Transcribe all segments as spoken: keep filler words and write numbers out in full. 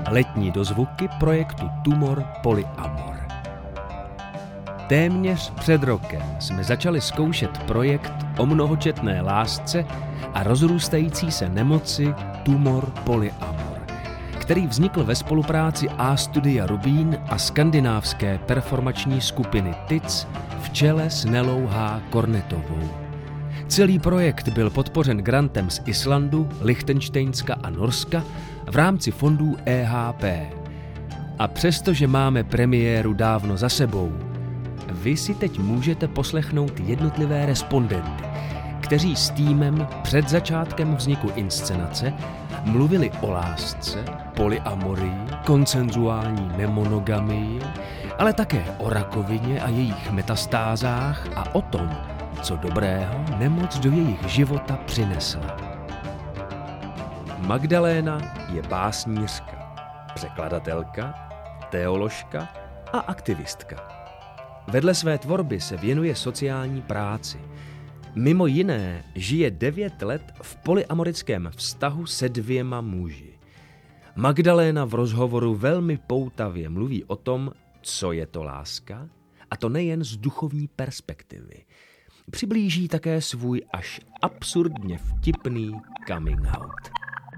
letní dozvuky projektu Tumor Polyamor. Téměř před rokem jsme začali zkoušet projekt o mnohočetné lásce a rozrůstající se nemoci Tumor Polyamor, který vznikl ve spolupráci A-Studia Rubín a skandinávské performační skupiny T I C v čele s Nelou H. Kornetovou. Celý projekt byl podpořen grantem z Islandu, Lichtenštejnska a Norska v rámci fondů E H P. A přestože máme premiéru dávno za sebou, vy si teď můžete poslechnout jednotlivé respondenty, kteří s týmem před začátkem vzniku inscenace mluvili o lásce, polyamorii, konsenzuální nemonogamii, ale také o rakovině a jejich metastázách a o tom, co dobrého nemoc do jejich života přinesla. Magdaléna je básnířka, překladatelka, teoložka a aktivistka. Vedle své tvorby se věnuje sociální práci. Mimo jiné žije devět let v polyamorickém vztahu se dvěma muži. Magdaléna v rozhovoru velmi poutavě mluví o tom, co je to láska, a to nejen z duchovní perspektivy. Přiblíží také svůj až absurdně vtipný coming out.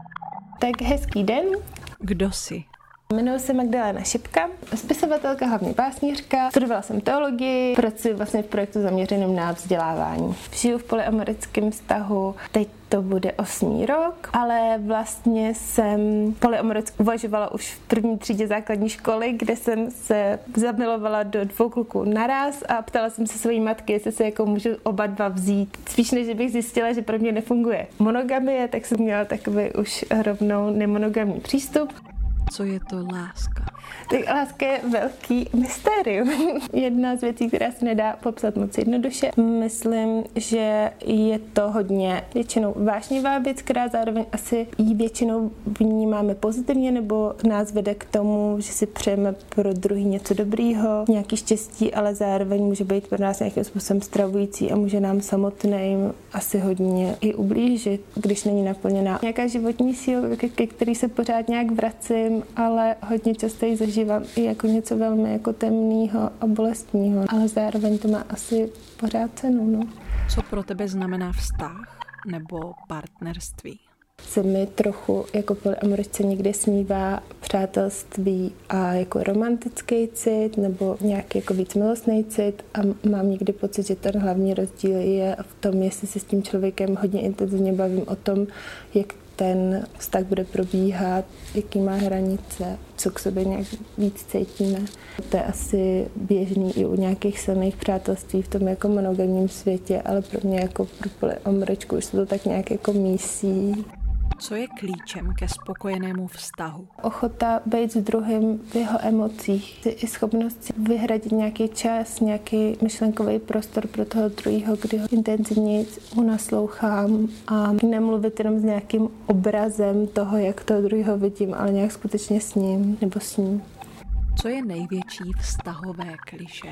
Tak hezký den. Kdo jsi? Jmenuji se Magdaléna Šipka, spisovatelka, hlavně básnířka. Studovala jsem teologii, pracuji vlastně v projektu zaměřeném na vzdělávání. Žiju v polyamorickém vztahu, teď to bude osmý rok, ale vlastně jsem polyamoricky uvažovala už v první třídě základní školy, kde jsem se zamilovala do dvou kluků naraz a ptala jsem se své matky, jestli se jako můžu oba dva vzít. Spíš než bych zjistila, že pro mě nefunguje monogamie, tak jsem měla takový už rovnou nemonogamní přístup. Co je to láska? Tak láska je velký mystérium. Jedna z věcí, která se nedá popsat moc jednoduše. Myslím, že je to hodně většinou vášnivá věc, která zároveň asi jí většinou vnímáme pozitivně, nebo nás vede k tomu, že si přejeme pro druhý něco dobrýho, nějaký štěstí, ale zároveň může být pro nás nějakým způsobem stravující a může nám samotným asi hodně i ublížit, když není naplněná nějaká životní síla, ke který se pořád nějak vracím, ale hodně často ji zažívám i jako něco velmi jako temného a bolestného, ale zároveň to má asi pořád cenu. No. Co pro tebe znamená vztah nebo partnerství? Se mi trochu jako polyamoričce někdy smívá přátelství a jako romantický cit nebo nějaký jako víc milostný cit a mám někdy pocit, že ten hlavní rozdíl je v tom, jestli se s tím člověkem hodně intenzivně bavím o tom, jak ten vztah bude probíhat, jaký má hranice, co k sobě nějak víc cítíme. To je asi běžný i u nějakých silných přátelství v tom jako monogamním světě, ale pro mě jako pro polyamoričku už se to tak nějak jako mísí. Co je klíčem ke spokojenému vztahu? Ochota být s druhým v jeho emocích. I schopnost vyhradit nějaký čas, nějaký myšlenkový prostor pro toho druhého, kdy ho intenzivně mu naslouchám a nemluvit jenom s nějakým obrazem toho, jak toho druhého vidím, ale nějak skutečně s ním nebo s ním. Co je největší vztahové klišé?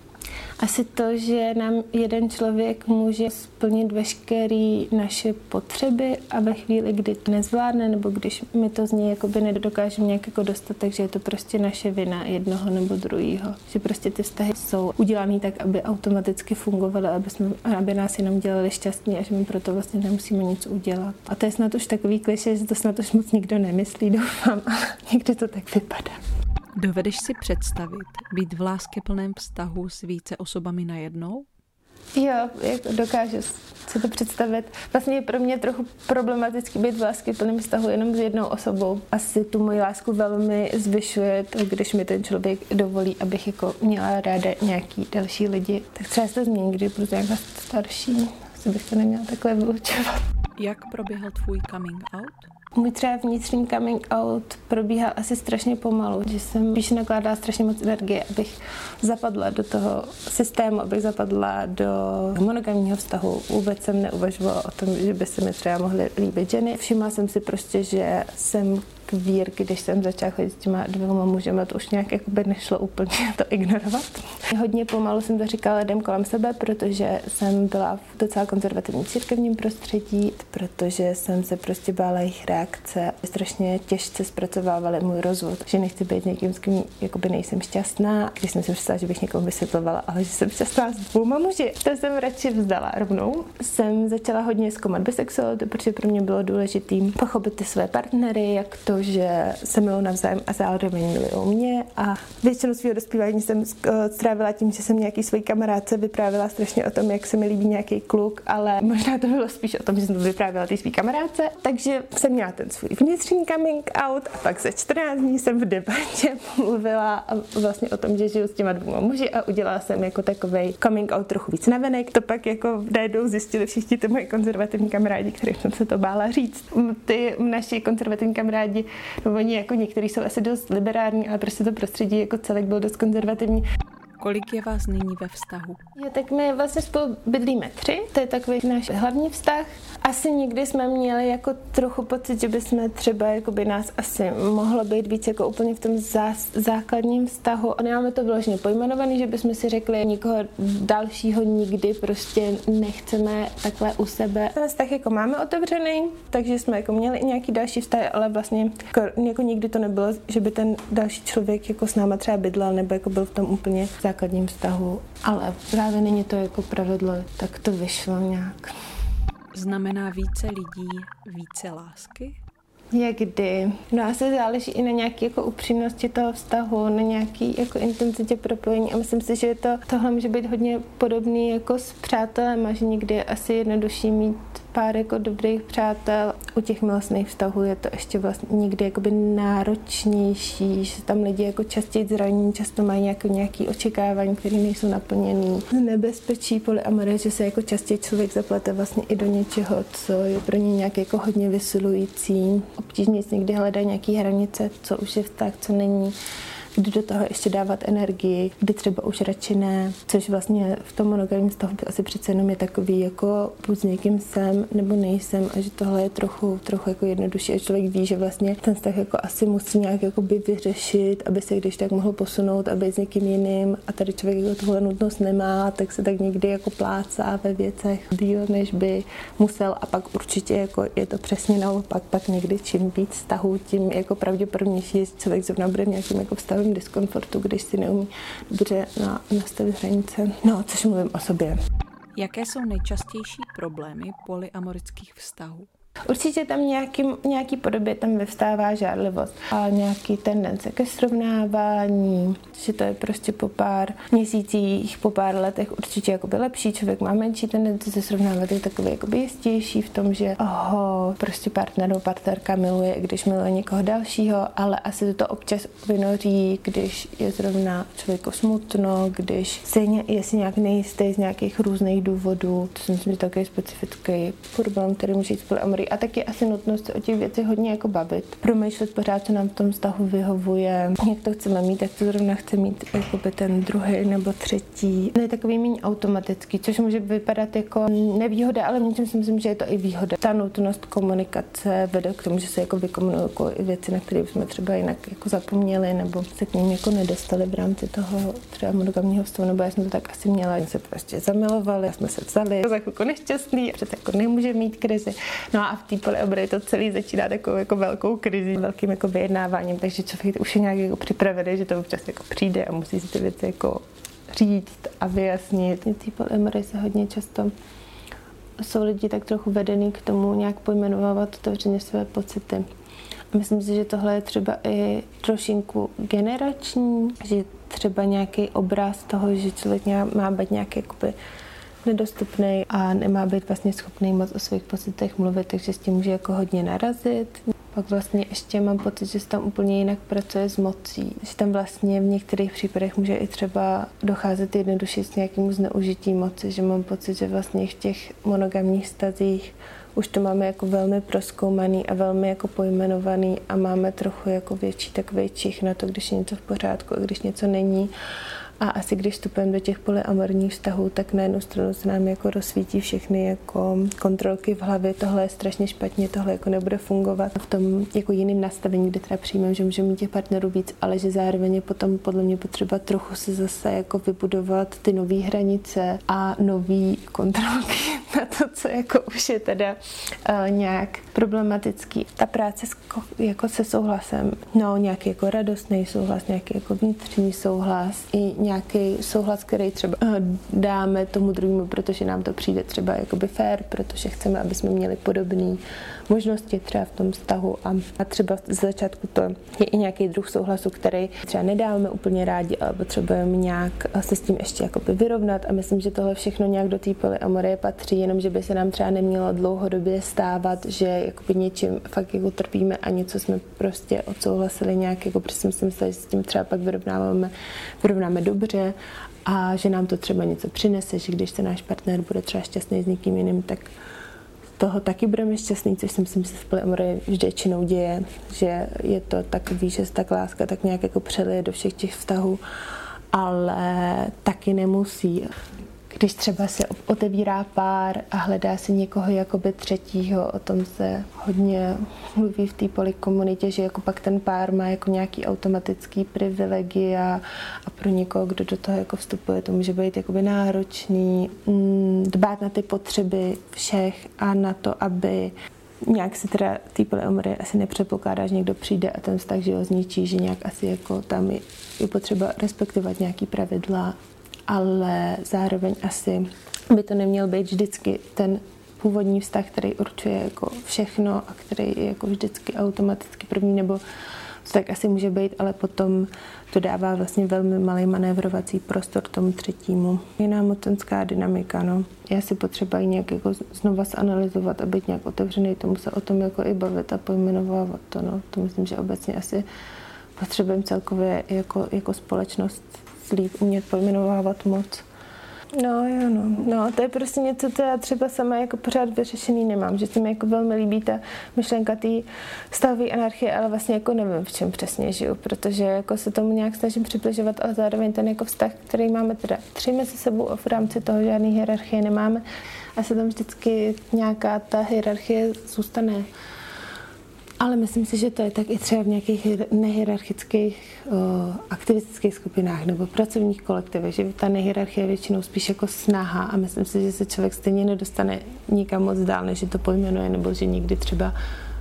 Asi to, že nám jeden člověk může splnit veškeré naše potřeby a ve chvíli, kdy to nezvládne, nebo když my to z něj jakoby nedokážeme nějak jako dostat, takže je to prostě naše vina jednoho nebo druhého. Že prostě ty vztahy jsou udělané tak, aby automaticky fungovaly, aby, jsme, aby nás jenom dělali šťastní a že my proto vlastně nemusíme nic udělat. A to je snad už takový klišé, že to snad už moc nikdo nemyslí, doufám, ale někdy to tak vypadá. Dovedeš si představit být v láskyplném vztahu s více osobami najednou? Jo, jako dokážu si to představit. Vlastně je pro mě trochu problematický být v láskyplném vztahu jenom s jednou osobou. Asi tu moji lásku velmi zvyšuje to, když mi ten člověk dovolí, abych jako měla ráda nějaký další lidi. Tak třeba se to změní, když budu nějaká starší. Asi bych to neměla takhle vylučovat. Jak proběhl tvůj coming out? Můj třeba vnitřní coming out probíhal asi strašně pomalu, že jsem spíš nakládala strašně moc energie, abych zapadla do toho systému, abych zapadla do monogamního vztahu. Vůbec jsem neuvažovala o tom, že by se mi třeba mohly líbit ženy. Všimla jsem si prostě, že jsem k kvír, když jsem začala chodit s těma dvěma mužema, to už nějak jakoby nešlo úplně to ignorovat. Hodně pomalu jsem to říkala lidem kolem sebe, protože jsem byla v docela konzervativním církevním prostředí, protože jsem se prostě bála jejich reakce. Strašně těžce zpracovávali můj rozvod, že nechci být někým, s kým jakoby nejsem šťastná. Když jsem si představila, že bych někomu vysvětlovala, ale že jsem šťastná s dvouma muži, to jsem radši vzdala rovnou. Jsem začala hodně zkoumat bisexualitu, protože pro mě bylo důležité pochopit ty své partnery, jak to, že se milují navzájem a zároveň milují mě. A většinu svého dospívání jsem strávila tím, že jsem nějaký svojí kamarádce vyprávěla strašně o tom, jak se mi líbí nějaký kluk, ale možná to bylo spíš o tom, že jsem to vyprávěla té svý kamarádce. Takže jsem měla ten svůj vnitřní coming out a pak za čtrnáct dní jsem v debatě mluvila vlastně o tom, že žiju s těma dvěma muži a udělala jsem jako takovej coming out trochu víc navenek. To pak jako najednou zjistili všichni ty moji konzervativní kamarádi, kterým jsem se to bála říct. Ty naši konzervativní kamarádi, no oni jako někteří jsou asi dost liberální, ale prostě to prostředí jako celek byl dost konzervativní. Kolik je vás nyní ve vztahu? Jo, tak my vlastně spolu bydlíme tři, to je takový náš hlavní vztah. Asi nikdy jsme měli jako trochu pocit, že bychom třeba jakoby nás asi mohlo být víc jako úplně v tom zás, základním vztahu. A nemáme to vyloženě pojmenovaný, že bychom si řekli, nikoho dalšího nikdy prostě nechceme takhle u sebe. Ten vztah jako máme otevřený, takže jsme jako měli i nějaký další vztah, ale vlastně jako, jako nikdy to nebylo, že by ten další člověk jako s náma třeba bydlel nebo jako byl v tom úplně základním vztahu. Ale právě není to jako pravidlo, tak to vyšlo nějak. Znamená více lidí více lásky? Někdy. No asi záleží i na nějaké jako upřímnosti toho vztahu, na nějaký jako intenzitě propojení a myslím si, že to, tohle může být hodně podobný jako s přátelem a že někdy je asi jednodušší mít pár jako dobrých přátel. U těch milostných vztahů je to ještě vlastně někdy jakoby náročnější, že tam lidi jako častěji zraní, často mají nějaký, nějaký očekávání, které nejsou naplněný. Nebezpečí polyamorie, že se jako častěji člověk zaplete vlastně i do něčeho, co je pro ně nějak jako hodně vysilující. Obtížně si někdy hledá nějaký hranice, co už je vztah, co není. Kdy do toho ještě dávat energii, kdy třeba už radši ne, což vlastně v tom monogamním vztahu asi přece jenom je takový jako buď s někým jsem nebo nejsem a že tohle je trochu, trochu jako jednodušší a člověk ví, že vlastně ten vztah jako asi musí nějak jako by vyřešit, aby se když tak mohl posunout a být s někým jiným a tady člověk jako tuhle nutnost nemá, tak se tak někdy jako plácá ve věcech díl, než by musel a pak určitě jako je to přesně naopak, pak někdy čím víc vztahů, tím jako pravděpodobnější je, že člověk zrovna bude v nějakým jako vztahu diskomfortu, když si neumí dobře na, nastavit hranice. No, což mluvím o sobě. Jaké jsou nejčastější problémy polyamorických vztahů? Určitě tam nějaký, nějaký podobě tam vyvstává žárlivost a nějaký tendence ke srovnávání, že to je prostě po pár měsících, po pár letech určitě jakoby lepší, člověk má menší tendenci se srovnávat, je takový jakoby jistější v tom, že ho prostě partner nebo partnerka miluje, když miluje někoho dalšího, ale asi to občas vynoří, když je zrovna člověku smutno, když se je si nějak nejistý z nějakých různých důvodů, to si myslím, že takový specifický problém, který může jít s polyamorí. A taky asi nutnost se o těch věcech hodně jako bavit. Promýšlet pořád, co nám v tom vztahu vyhovuje, jak to chceme mít, jak to zrovna chce mít jakoby ten druhý nebo třetí. To je takový méně automatický, což může vypadat jako nevýhoda, ale v něčem si myslím, že je to i výhoda. Ta nutnost komunikace vede k tomu, že se jako vykomunikují jako i věci, na které jsme třeba jinak jako zapomněli nebo se k ním jako nedostali v rámci toho třeba monogamního vztahu, nebo já jsem to tak asi měla, jsme se prostě zamilovali, jsme se vzali, za chvilku nešťastný, přece jako nemůže mít krizi. No a v té polyamorii to celý začíná takovou jako velkou krizi, velkým jako vyjednáváním, takže člověk už je nějak jako připravený, že to občas jako přijde a musí si ty věci jako říct a vyjasnit. V té polyamorii se hodně často jsou lidi tak trochu vedený k tomu nějak pojmenovat otevřeně své pocity. A myslím si, že tohle je třeba i trošinku generační, že třeba nějaký obraz toho, že člověk má být nějaký jakoby nedostupný a nemá být vlastně schopný moc o svých pocitech mluvit, takže s tím může jako hodně narazit. Pak vlastně ještě mám pocit, že se tam úplně jinak pracuje s mocí. Že tam vlastně v některých případech může i třeba docházet jednoduše s nějakému zneužití moci, že mám pocit, že vlastně v těch monogamních vztazích už to máme jako velmi prozkoumaný a velmi jako pojmenovaný a máme trochu jako větší takový čich na to, když je něco v pořádku a když něco není. A asi když vstupujeme do těch polyamorních vztahů, tak na jednu stranu se nám jako rozsvítí všechny jako kontrolky v hlavě, tohle je strašně špatně, tohle jako nebude fungovat. V tom jako jiném nastavení, kde teda přijmeme, že můžeme mít těch partnerů víc, ale že zároveň je potom podle mě potřeba trochu se zase jako vybudovat ty nové hranice a nové kontrolky na to, co jako už je teda uh, nějak problematický. Ta práce s, jako se souhlasem, no nějaký jako radostný souhlas, nějaký jako vnitřní souhlas i nějaký souhlas, který třeba uh, dáme tomu druhému, protože nám to přijde třeba jakoby fair, protože chceme, aby jsme měli podobné možnosti třeba v tom vztahu a, a třeba z začátku to je i nějaký druh souhlasu, který třeba nedáme úplně rádi, ale potřebujeme nějak se s tím ještě jakoby vyrovnat a myslím, že tohle všechno nějak do té polyamorie patří, jenom že by se nám třeba nemělo dlouhodobě stávat, že jakoby něčím fakt jako trpíme a něco jsme prostě odsouhlasili nějak, jako protože si mysleli, že s tím třeba pak vyrovnáváme, vyrovnáme dobře a že nám to třeba něco přinese, že když se náš partner bude třeba šťastný s někým jiným, tak toho taky budeme šťastný, což si myslím, že se v polyamorii vždyčinou děje, že je to takový, že se tak láska tak nějak jako přelije do všech těch vztahů, ale taky nemusí. Když třeba se otevírá pár a hledá si někoho jakoby třetího, o tom se hodně mluví v té polykomunitě, že jako pak ten pár má jako nějaký automatický privilegia a pro někoho, kdo do toho jako vstupuje, to může být jakoby náročný, dbát na ty potřeby všech a na to, aby nějak si teda té polyamorie asi nepředpokládá, že někdo přijde a ten vztah, že ho zničí, že nějak asi jako tam je, je potřeba respektovat nějaký pravidla, ale zároveň asi by to neměl být vždycky ten původní vztah, který určuje jako všechno a který je jako vždycky automaticky první, nebo to tak asi může být, ale potom to dává vlastně velmi malý manévrovací prostor tomu třetímu. Jiná mocenská dynamika, no. Já si potřebuji nějak jako znova zanalyzovat a být nějak otevřený, tomu se o tom jako i bavit a pojmenovávat to, no. To myslím, že obecně asi potřebujeme celkově jako, jako společnost líp umět pojmenovávat moc. No jo, no. no, to je prostě něco, co já třeba sama jako pořád vyřešený nemám, že se mi jako velmi líbí ta myšlenka té stavové anarchie, ale vlastně jako nevím, v čem přesně žiju, protože jako se tomu nějak snažím přibližovat, ale zároveň ten jako vztah, který máme teda tři mezi sebou a v rámci toho žádný hierarchie nemáme a se tam vždycky nějaká ta hierarchie zůstane. Ale myslím si, že to je tak i třeba v nějakých nehierarchických o, aktivistických skupinách nebo pracovních kolektivech, že ta nehierarchie je většinou spíš jako snaha a myslím si, že se člověk stejně nedostane nikam moc dál, než že to pojmenuje, nebo že někdy třeba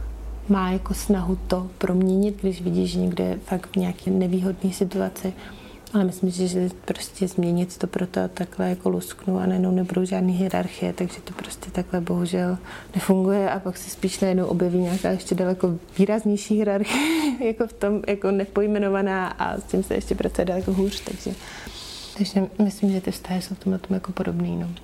má jako snahu to proměnit, když vidí, že někde je fakt v nějaké nevýhodné situaci. Ale myslím, že prostě změnit to proto takhle jako lusknu a najednou nebudou žádný hierarchie, takže to prostě takhle bohužel nefunguje a pak se spíš najednou objeví nějaká ještě daleko výraznější hierarchie, jako v tom jako nepojmenovaná a s tím se ještě pracuje daleko hůř, takže, takže myslím, že ty vztahy jsou v tomhle tom jako podobný, no.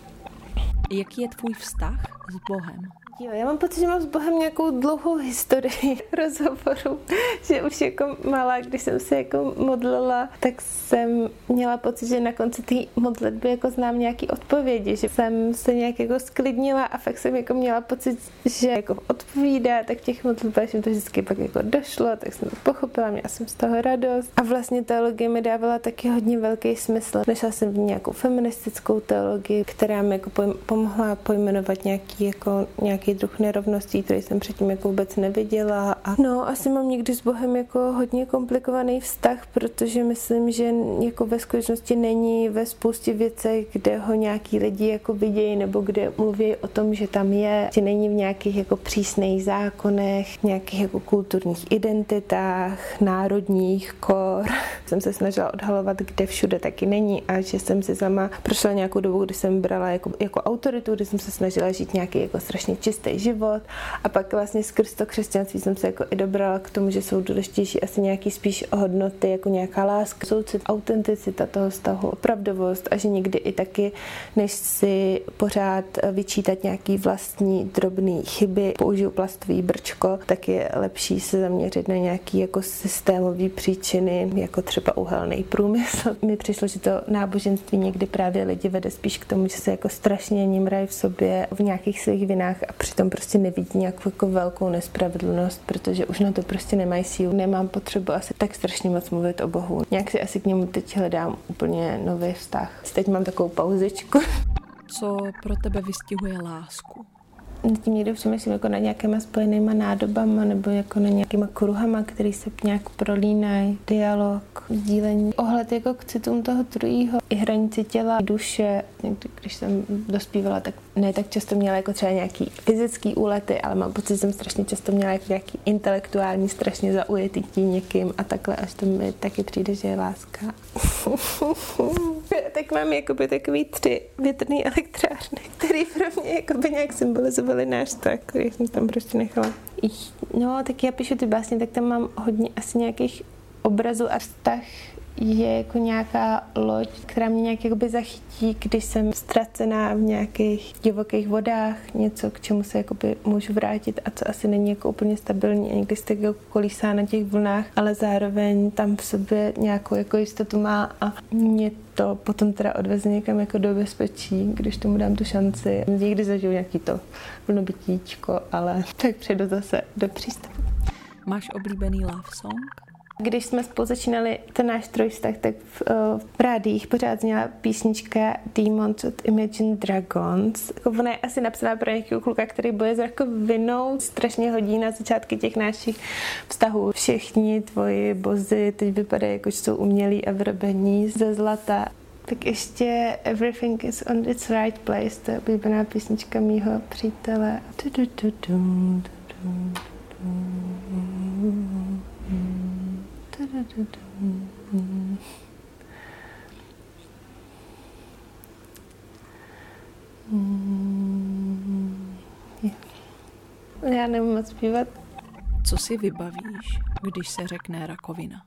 Jaký je tvůj vztah s Bohem? Jo, já mám pocit, že mám s Bohem nějakou dlouhou historii rozhovoru, že už jako malá, když jsem se jako modlila, tak jsem měla pocit, že na konci té modlitby jako znám nějaký odpovědi, že jsem se nějak jako sklidnila a fakt jsem jako měla pocit, že jako odpovídá, tak těch modlitbách jsem to vždycky pak jako došlo, tak jsem to pochopila, měla jsem z toho radost a vlastně teologie mi dávala taky hodně velký smysl. Našla jsem v ní nějakou feministickou teologii, která mi jako pojm- pomohla pojmenovat nějaký jako nějaký druh nerovností, který jsem předtím jako vůbec neviděla. A no, asi mám někdy s Bohem jako hodně komplikovaný vztah, protože myslím, že jako ve skutečnosti není ve spoustě věcech, kde ho nějaký lidi jako vidějí nebo kde mluví o tom, že tam je, že není v nějakých jako přísných zákonech, nějakých jako kulturních identitách, národních kor. Jsem se snažila odhalovat, kde všude taky není a že jsem si sama prošla nějakou dobu, kdy jsem brala jako, jako autoritu, kdy jsem se snažila žít nějaký jako strašně čistý život a pak vlastně skrz to křesťanství jsem se jako i dobrala k tomu, že jsou důležitější asi nějaký spíš hodnoty, jako nějaká láska, soucit, autenticita toho vztahu, opravdovost a že někdy i taky, než si pořád vyčítat nějaký vlastní drobný chyby, použiju plastový brčko, tak je lepší se zaměřit na nějaký jako systémový příčiny, jako třeba uhelný průmysl. Mi přišlo, že to náboženství někdy právě lidi vede spíš k tomu, že se jako strašně nimrají v sobě v nějakých svých vinách a přitom prostě nevidí nějakou jako velkou nespravedlnost, protože už na to prostě nemají sílu. Nemám potřebu asi tak strašně moc mluvit o Bohu. Nějak si asi k němu teď hledám úplně nový vztah. Teď mám takovou pauzičku. Co pro tebe vystihuje lásku? Tím někdy přemýšlím jako na nějakýma spojenýma nádobama nebo jako na nějakýma kruhama, který se nějak prolínají, dialog, sdílení, ohled jako k citům toho druhého, i hranici těla, duše. Někdy, když jsem dospívala, tak ne tak často měla jako třeba nějaký fyzický úlety, ale mám pocit, že jsem strašně často měla jako nějaký intelektuální, strašně zaujetý někým a takhle, až to mi taky přijde, že je láska. Tak mám jakoby takový tři větrný elektrárny, který pro mě jakoby nějak symbolizovaly náš vztah, který jsem tam prostě nechala. No, tak já píšu ty básně, tak tam mám hodně asi nějakých obrazů a vztah je jako nějaká loď, která mě nějak jakoby zachytí, když jsem ztracená v nějakých divokých vodách, něco, k čemu se jakoby můžu vrátit a co asi není jako úplně stabilní a někdy se tak jako kolísá na těch vlnách, ale zároveň tam v sobě nějakou jako jistotu má a mě to potom teda odveze někam jako do bezpečí, když tomu dám tu šanci. Někdy zažiju nějaký to vlnobytíčko, ale tak přijdu zase do přístavu. Máš oblíbený love song? Když jsme spolu začínali ten náš trojvztah, tak v, v rádiích pořád zněla písnička Demons od Imagine Dragons. Ona je asi napsaná pro nějakého kluka, který boje s rakovinou. Strašně hodí na začátky těch našich vztahů. Všichni tvoji bozy teď vypadají jako, že jsou umělí a vyrobení ze zlata. Tak ještě Everything is on its right place, to je oblíbená písnička mýho přítele. Já nemůžu moc zpívat. Co si vybavíš, když se řekne rakovina?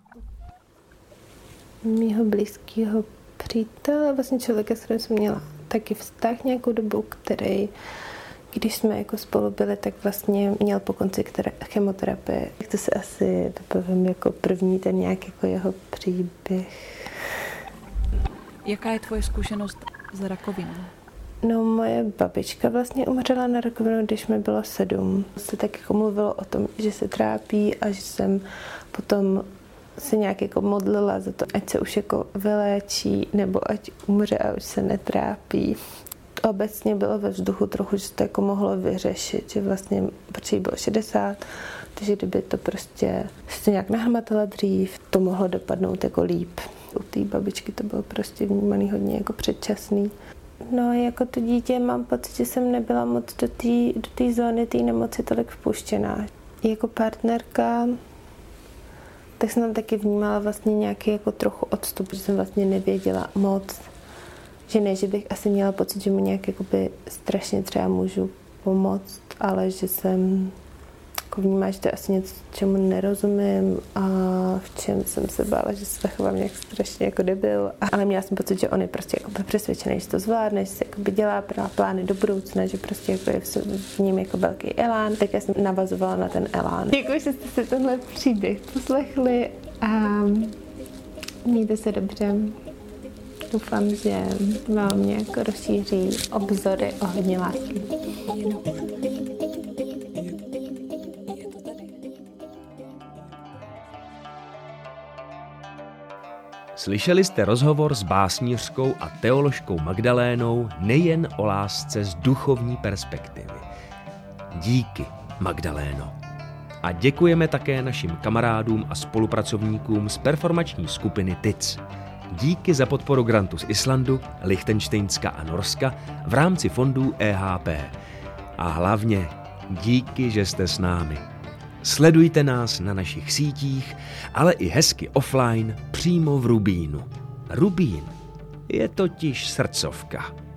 Mýho blízkého přítele, vlastně člověka, s kterým jsem měla taky vztah nějakou dobu, který, když jsme jako spolu byli, tak vlastně měl po konci chemoterapie. To se asi vypovím jako první ten nějak jako jeho příběh. Jaká je tvoje zkušenost s rakovinou? No, moje babička vlastně umřela na rakovinu, když mi bylo sedm. Se tak jako mluvilo o tom, že se trápí a že jsem potom se nějak jako modlila za to, ať se už jako vyléčí, nebo ať umře a už se netrápí. Obecně bylo ve vzduchu trochu, že to jako mohlo vyřešit, že vlastně, protože bylo šedesát, takže kdyby to prostě se nějak nahmatala dřív, to mohlo dopadnout jako líp. U té babičky to bylo prostě vnímaný hodně jako předčasný. No, jako to dítě mám pocit, že jsem nebyla moc do té do té zóny té nemoci tolik vpuštěná. Jako partnerka, tak jsem tam taky vnímala vlastně nějaký jako trochu odstup, že jsem vlastně nevěděla moc. Že ne, že bych asi měla pocit, že mu nějak jakoby strašně třeba můžu pomoct, ale že jsem jako vnímala, že to je asi něco, čemu nerozumím a v čem jsem se bála, že se zachovám nějak strašně jako debil. Ale měla jsem pocit, že on je prostě jako přesvědčený, že to zvládne, že se jakoby dělá plány do budoucna, že prostě jako je v ním jako velký elán. Tak já jsem navazovala na ten elán. Děkuji, že jste si tenhle příběh poslechli a mějte se dobře. Doufám, že vám nějak rozšíří obzory ohledně lásky. Slyšeli jste rozhovor s básnířkou a teoložkou Magdalénou nejen o lásce z duchovní perspektivy. Díky, Magdaléno. A děkujeme také našim kamarádům a spolupracovníkům z performační skupiny T I C. Díky za podporu grantu z Islandu, Lichtenštejnska a Norska v rámci fondů E H P. A hlavně díky, že jste s námi. Sledujte nás na našich sítích, ale i hezky offline přímo v Rubínu. Rubín je totiž srdcovka.